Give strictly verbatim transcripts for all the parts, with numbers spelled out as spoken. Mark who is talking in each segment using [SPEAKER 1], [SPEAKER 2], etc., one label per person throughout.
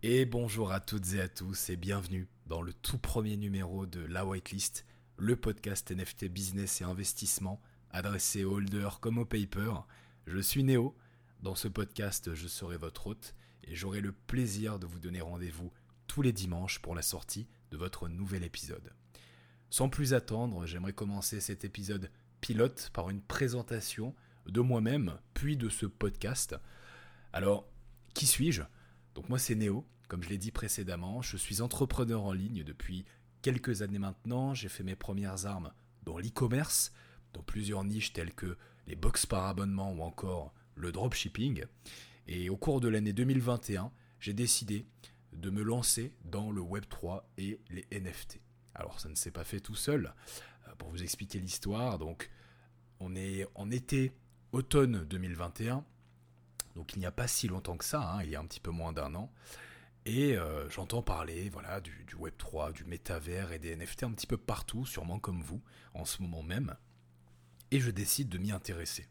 [SPEAKER 1] Et bonjour à toutes et à tous et bienvenue dans le tout premier numéro de La Whitelist, le podcast N F T business et investissement adressé aux holders comme aux papers. Je suis Néo, dans ce podcast je serai votre hôte et j'aurai le plaisir de vous donner rendez-vous tous les dimanches pour la sortie de votre nouvel épisode. Sans plus attendre, j'aimerais commencer cet épisode pilote par une présentation de moi-même puis de ce podcast. Alors, qui suis-je ? Donc moi c'est Néo, comme je l'ai dit précédemment, je suis entrepreneur en ligne depuis quelques années maintenant, j'ai fait mes premières armes dans l'e-commerce, dans plusieurs niches telles que les box par abonnement ou encore le dropshipping. Et au cours de l'année deux mille vingt et un, j'ai décidé de me lancer dans le web trois et les N F T. Alors ça ne s'est pas fait tout seul, pour vous expliquer l'histoire, donc on est en été, automne deux mille vingt et un, donc il n'y a pas si longtemps que ça, hein, il y a un petit peu moins d'un an. Et euh, j'entends parler voilà, du, du web trois, du métavers et des N F T un petit peu partout, sûrement comme vous, en ce moment même. Et je décide de m'y intéresser.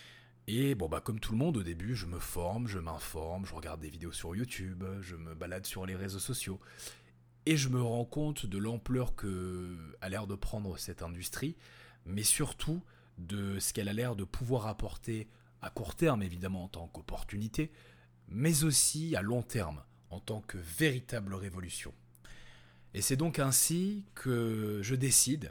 [SPEAKER 1] Et bon bah comme tout le monde au début, je me forme, je m'informe, je regarde des vidéos sur YouTube, je me balade sur les réseaux sociaux. Et je me rends compte de l'ampleur que a l'air de prendre cette industrie, mais surtout de ce qu'elle a l'air de pouvoir apporter à court terme évidemment en tant qu'opportunité, mais aussi à long terme en tant que véritable révolution. Et c'est donc ainsi que je décide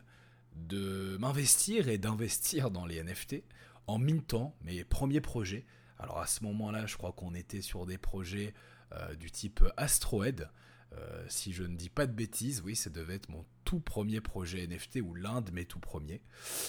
[SPEAKER 1] de m'investir et d'investir dans les N F T en mintant mes premiers projets. Alors à ce moment-là, je crois qu'on était sur des projets euh, du type Astrohead. Euh, si je ne dis pas de bêtises, oui, ça devait être mon tout premier projet N F T ou l'un de mes tout premiers.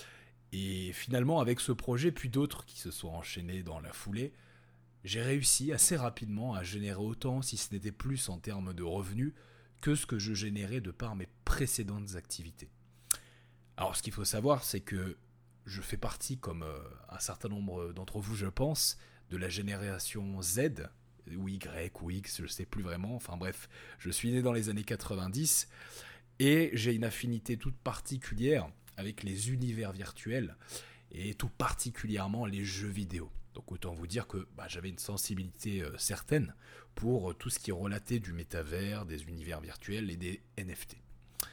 [SPEAKER 1] Et finalement, avec ce projet, puis d'autres qui se sont enchaînés dans la foulée, j'ai réussi assez rapidement à générer autant, si ce n'était plus en termes de revenus, que ce que je générais de par mes précédentes activités. Alors ce qu'il faut savoir, c'est que je fais partie, comme euh, un certain nombre d'entre vous je pense, de la génération Z, ou Y, ou X, je ne sais plus vraiment, enfin bref, je suis né dans les années quatre-vingt-dix, et j'ai une affinité toute particulière avec les univers virtuels, et tout particulièrement les jeux vidéo. Donc autant vous dire que bah, j'avais une sensibilité euh, certaine pour euh, tout ce qui est relaté du métavers, des univers virtuels et des N F T.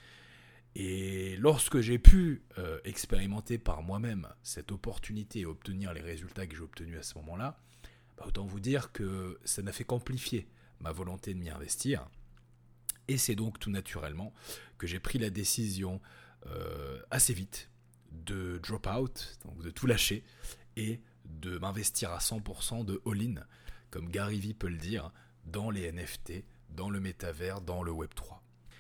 [SPEAKER 1] Et lorsque j'ai pu euh, expérimenter par moi-même cette opportunité et obtenir les résultats que j'ai obtenus à ce moment-là, bah, autant vous dire que ça n'a fait qu'amplifier ma volonté de m'y investir. Et c'est donc tout naturellement que j'ai pris la décision euh, assez vite de drop out, donc de tout lâcher, et de m'investir à cent pour cent de all-in, comme Gary Vee peut le dire, dans les N F T, dans le métavers, dans le web trois.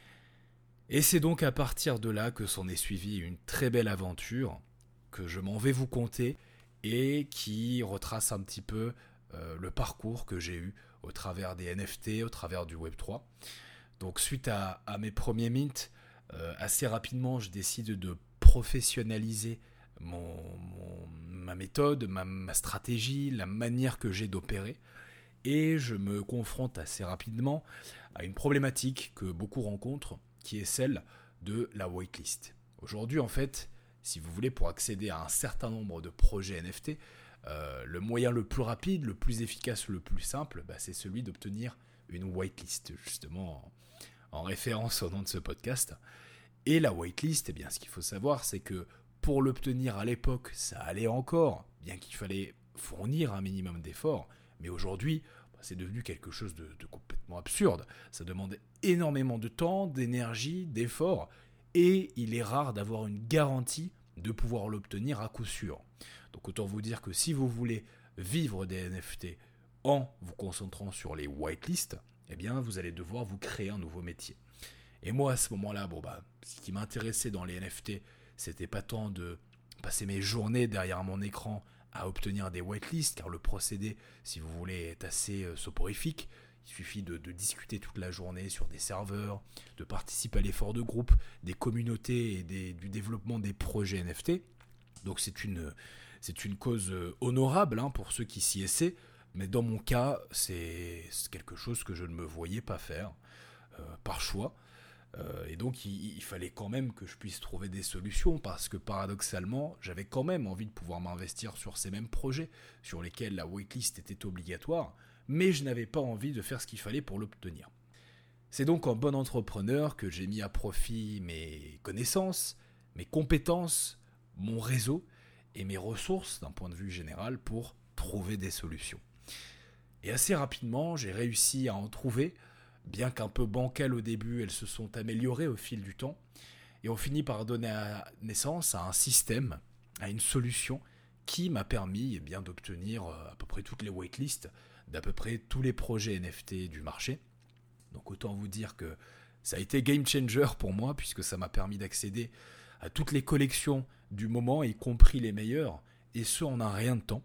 [SPEAKER 1] Et c'est donc à partir de là que s'en est suivi une très belle aventure que je m'en vais vous conter et qui retrace un petit peu euh, le parcours que j'ai eu au travers des N F T, au travers du web trois. Donc suite à, à mes premiers mints, euh, assez rapidement je décide de professionnaliser mon, mon, ma méthode, ma, ma stratégie, la manière que j'ai d'opérer. Et je me confronte assez rapidement à une problématique que beaucoup rencontrent, qui est celle de la whitelist. Aujourd'hui, en fait, si vous voulez, pour accéder à un certain nombre de projets N F T, euh, le moyen le plus rapide, le plus efficace, le plus simple, bah, c'est celui d'obtenir une whitelist, justement en, en référence au nom de ce podcast. Et la whitelist, eh bien, ce qu'il faut savoir, c'est que pour l'obtenir à l'époque, ça allait encore, bien qu'il fallait fournir un minimum d'efforts, mais aujourd'hui, c'est devenu quelque chose de, de complètement absurde. Ça demande énormément de temps, d'énergie, d'efforts, et il est rare d'avoir une garantie de pouvoir l'obtenir à coup sûr. Donc autant vous dire que si vous voulez vivre des N F T en vous concentrant sur les whitelists, eh bien vous allez devoir vous créer un nouveau métier. Et moi à ce moment-là, bon bah, ce qui m'intéressait dans les N F T, c'était pas tant de passer mes journées derrière mon écran à obtenir des whitelists, car le procédé, si vous voulez, est assez euh, soporifique. Il suffit de, de discuter toute la journée sur des serveurs, de participer à l'effort de groupe, des communautés et des, du développement des projets N F T. Donc c'est une, c'est une cause honorable hein, pour ceux qui s'y essaient, mais dans mon cas, c'est, c'est quelque chose que je ne me voyais pas faire, euh, par choix. Euh, et donc il, il fallait quand même que je puisse trouver des solutions parce que paradoxalement j'avais quand même envie de pouvoir m'investir sur ces mêmes projets sur lesquels la waitlist était obligatoire, mais je n'avais pas envie de faire ce qu'il fallait pour l'obtenir. C'est donc en bon entrepreneur que j'ai mis à profit mes connaissances, mes compétences, mon réseau et mes ressources d'un point de vue général pour trouver des solutions. Et assez rapidement, j'ai réussi à en trouver, bien qu'un peu bancales au début, elles se sont améliorées au fil du temps, et ont fini par donner naissance à un système, à une solution qui m'a permis eh bien, d'obtenir à peu près toutes les waitlists d'à peu près tous les projets N F T du marché. Donc autant vous dire que ça a été game changer pour moi, puisque ça m'a permis d'accéder à toutes les collections du moment, y compris les meilleures, et ce en un rien de temps.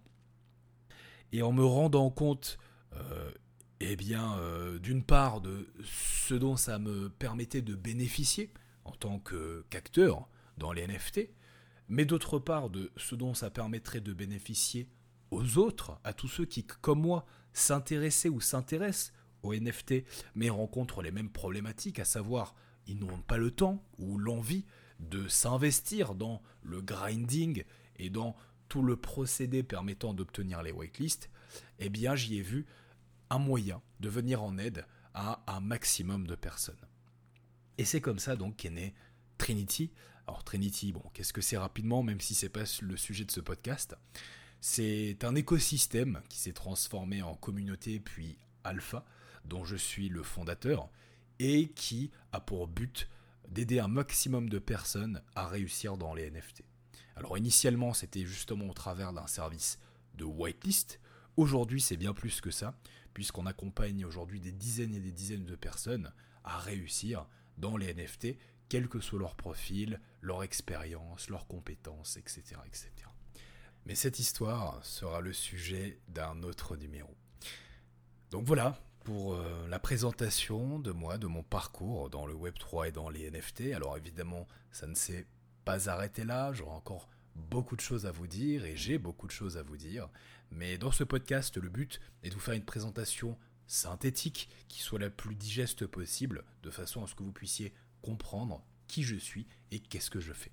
[SPEAKER 1] Et en me rendant compte, euh, eh bien, euh, d'une part, de ce dont ça me permettait de bénéficier en tant que, qu'acteur dans les N F T, mais d'autre part, de ce dont ça permettrait de bénéficier aux autres, à tous ceux qui, comme moi, s'intéressaient ou s'intéressent aux N F T, mais rencontrent les mêmes problématiques, à savoir, ils n'ont pas le temps ou l'envie de s'investir dans le grinding et dans tout le procédé permettant d'obtenir les whitelists, eh bien j'y ai vu un moyen de venir en aide à un maximum de personnes. Et c'est comme ça donc qu'est né Trinity. Alors Trinity, bon, qu'est-ce que c'est rapidement, même si c'est pas le sujet de ce podcast. C'est un écosystème qui s'est transformé en communauté puis alpha, dont je suis le fondateur, et qui a pour but d'aider un maximum de personnes à réussir dans les N F T. Alors initialement, c'était justement au travers d'un service de whitelist. Aujourd'hui, c'est bien plus que ça, puisqu'on accompagne aujourd'hui des dizaines et des dizaines de personnes à réussir dans les N F T, quel que soit leur profil, leur expérience, leurs compétences, et cetera, et cetera. Mais cette histoire sera le sujet d'un autre numéro. Donc voilà pour euh, la présentation de moi, de mon parcours dans le web trois et dans les N F T. Alors évidemment, ça ne s'est pas arrêté là, j'aurai encore beaucoup de choses à vous dire et j'ai beaucoup de choses à vous dire. Mais dans ce podcast, le but est de vous faire une présentation synthétique qui soit la plus digeste possible, de façon à ce que vous puissiez comprendre qui je suis et qu'est-ce que je fais.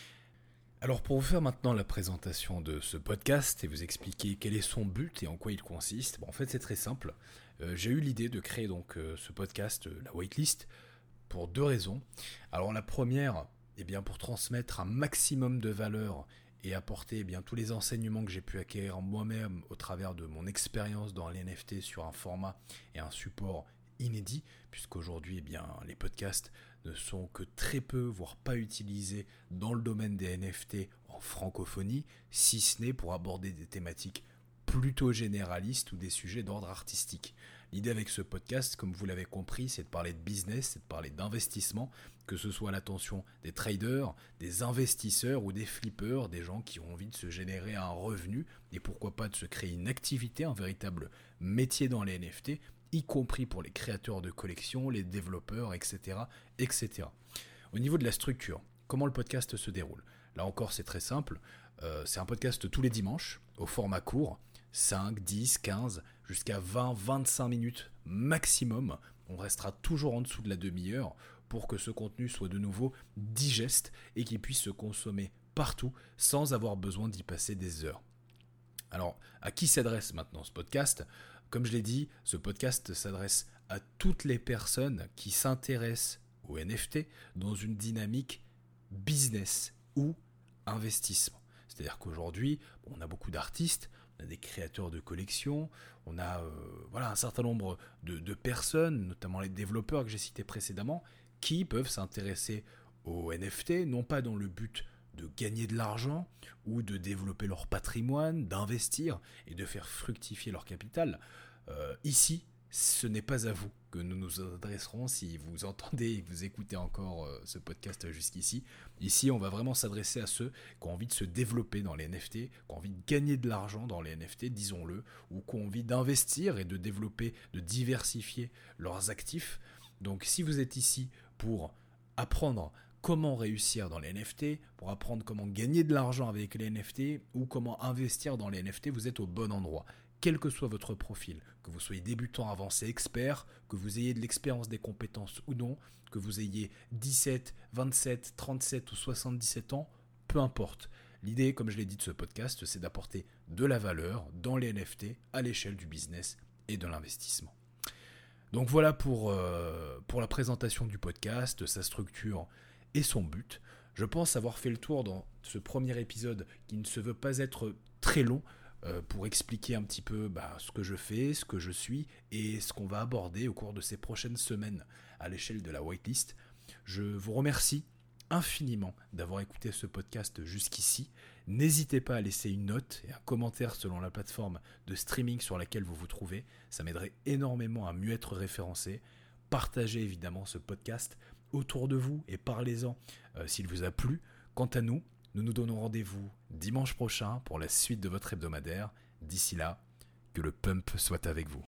[SPEAKER 1] Alors pour vous faire maintenant la présentation de ce podcast et vous expliquer quel est son but et en quoi il consiste, bon, en fait c'est très simple. Euh, j'ai eu l'idée de créer donc euh, ce podcast, euh, la Waitlist, pour deux raisons. Alors la première, eh bien, pour transmettre un maximum de valeur et apporter eh bien, tous les enseignements que j'ai pu acquérir moi-même au travers de mon expérience dans les N F T sur un format et un support inédit, puisqu'aujourd'hui eh bien, les podcasts ne sont que très peu, voire pas utilisés dans le domaine des N F T en francophonie, si ce n'est pour aborder des thématiques plutôt généralistes ou des sujets d'ordre artistique. L'idée avec ce podcast, comme vous l'avez compris, c'est de parler de business, c'est de parler d'investissement, que ce soit à l'attention des traders, des investisseurs ou des flippers, des gens qui ont envie de se générer un revenu et pourquoi pas de se créer une activité, un véritable métier dans les N F T, y compris pour les créateurs de collections, les développeurs, et cetera, et cetera. Au niveau de la structure, comment le podcast se déroule ? Là encore, c'est très simple. Euh, c'est un podcast tous les dimanches, au format court, cinq, dix, quinze, jusqu'à vingt, vingt-cinq minutes maximum. On restera toujours en dessous de la demi-heure pour que ce contenu soit de nouveau digeste et qu'il puisse se consommer partout sans avoir besoin d'y passer des heures. Alors, à qui s'adresse maintenant ce podcast ? Comme je l'ai dit, ce podcast s'adresse à toutes les personnes qui s'intéressent aux N F T dans une dynamique business ou investissement. C'est-à-dire qu'aujourd'hui, on a beaucoup d'artistes, on a des créateurs de collections, on a euh, voilà, un certain nombre de, de personnes, notamment les développeurs que j'ai cités précédemment, qui peuvent s'intéresser aux N F T, non pas dans le but de gagner de l'argent ou de développer leur patrimoine, d'investir et de faire fructifier leur capital. Euh, ici, ce n'est pas à vous que nous nous adresserons si vous entendez et que vous écoutez encore euh, ce podcast jusqu'ici. Ici, on va vraiment s'adresser à ceux qui ont envie de se développer dans les N F T, qui ont envie de gagner de l'argent dans les N F T, disons-le, ou qui ont envie d'investir et de développer, de diversifier leurs actifs. Donc si vous êtes ici pour apprendre comment réussir dans les N F T, pour apprendre comment gagner de l'argent avec les N F T ou comment investir dans les N F T, vous êtes au bon endroit. Quel que soit votre profil, que vous soyez débutant, avancé, expert, que vous ayez de l'expérience, des compétences ou non, que vous ayez dix-sept, vingt-sept, trente-sept ou soixante-dix-sept ans, peu importe. L'idée, comme je l'ai dit de ce podcast, c'est d'apporter de la valeur dans les N F T à l'échelle du business et de l'investissement. Donc voilà pour, euh, pour la présentation du podcast, sa structure et son but. Je pense avoir fait le tour dans ce premier épisode qui ne se veut pas être très long euh, pour expliquer un petit peu bah, ce que je fais, ce que je suis et ce qu'on va aborder au cours de ces prochaines semaines à l'échelle de la whitelist. Je vous remercie infiniment d'avoir écouté ce podcast jusqu'ici. N'hésitez pas à laisser une note et un commentaire selon la plateforme de streaming sur laquelle vous vous trouvez. Ça m'aiderait énormément à mieux être référencé. Partagez évidemment ce podcast autour de vous et parlez-en euh, s'il vous a plu. Quant à nous, nous nous donnons rendez-vous dimanche prochain pour la suite de votre hebdomadaire. D'ici là, que le pump soit avec vous.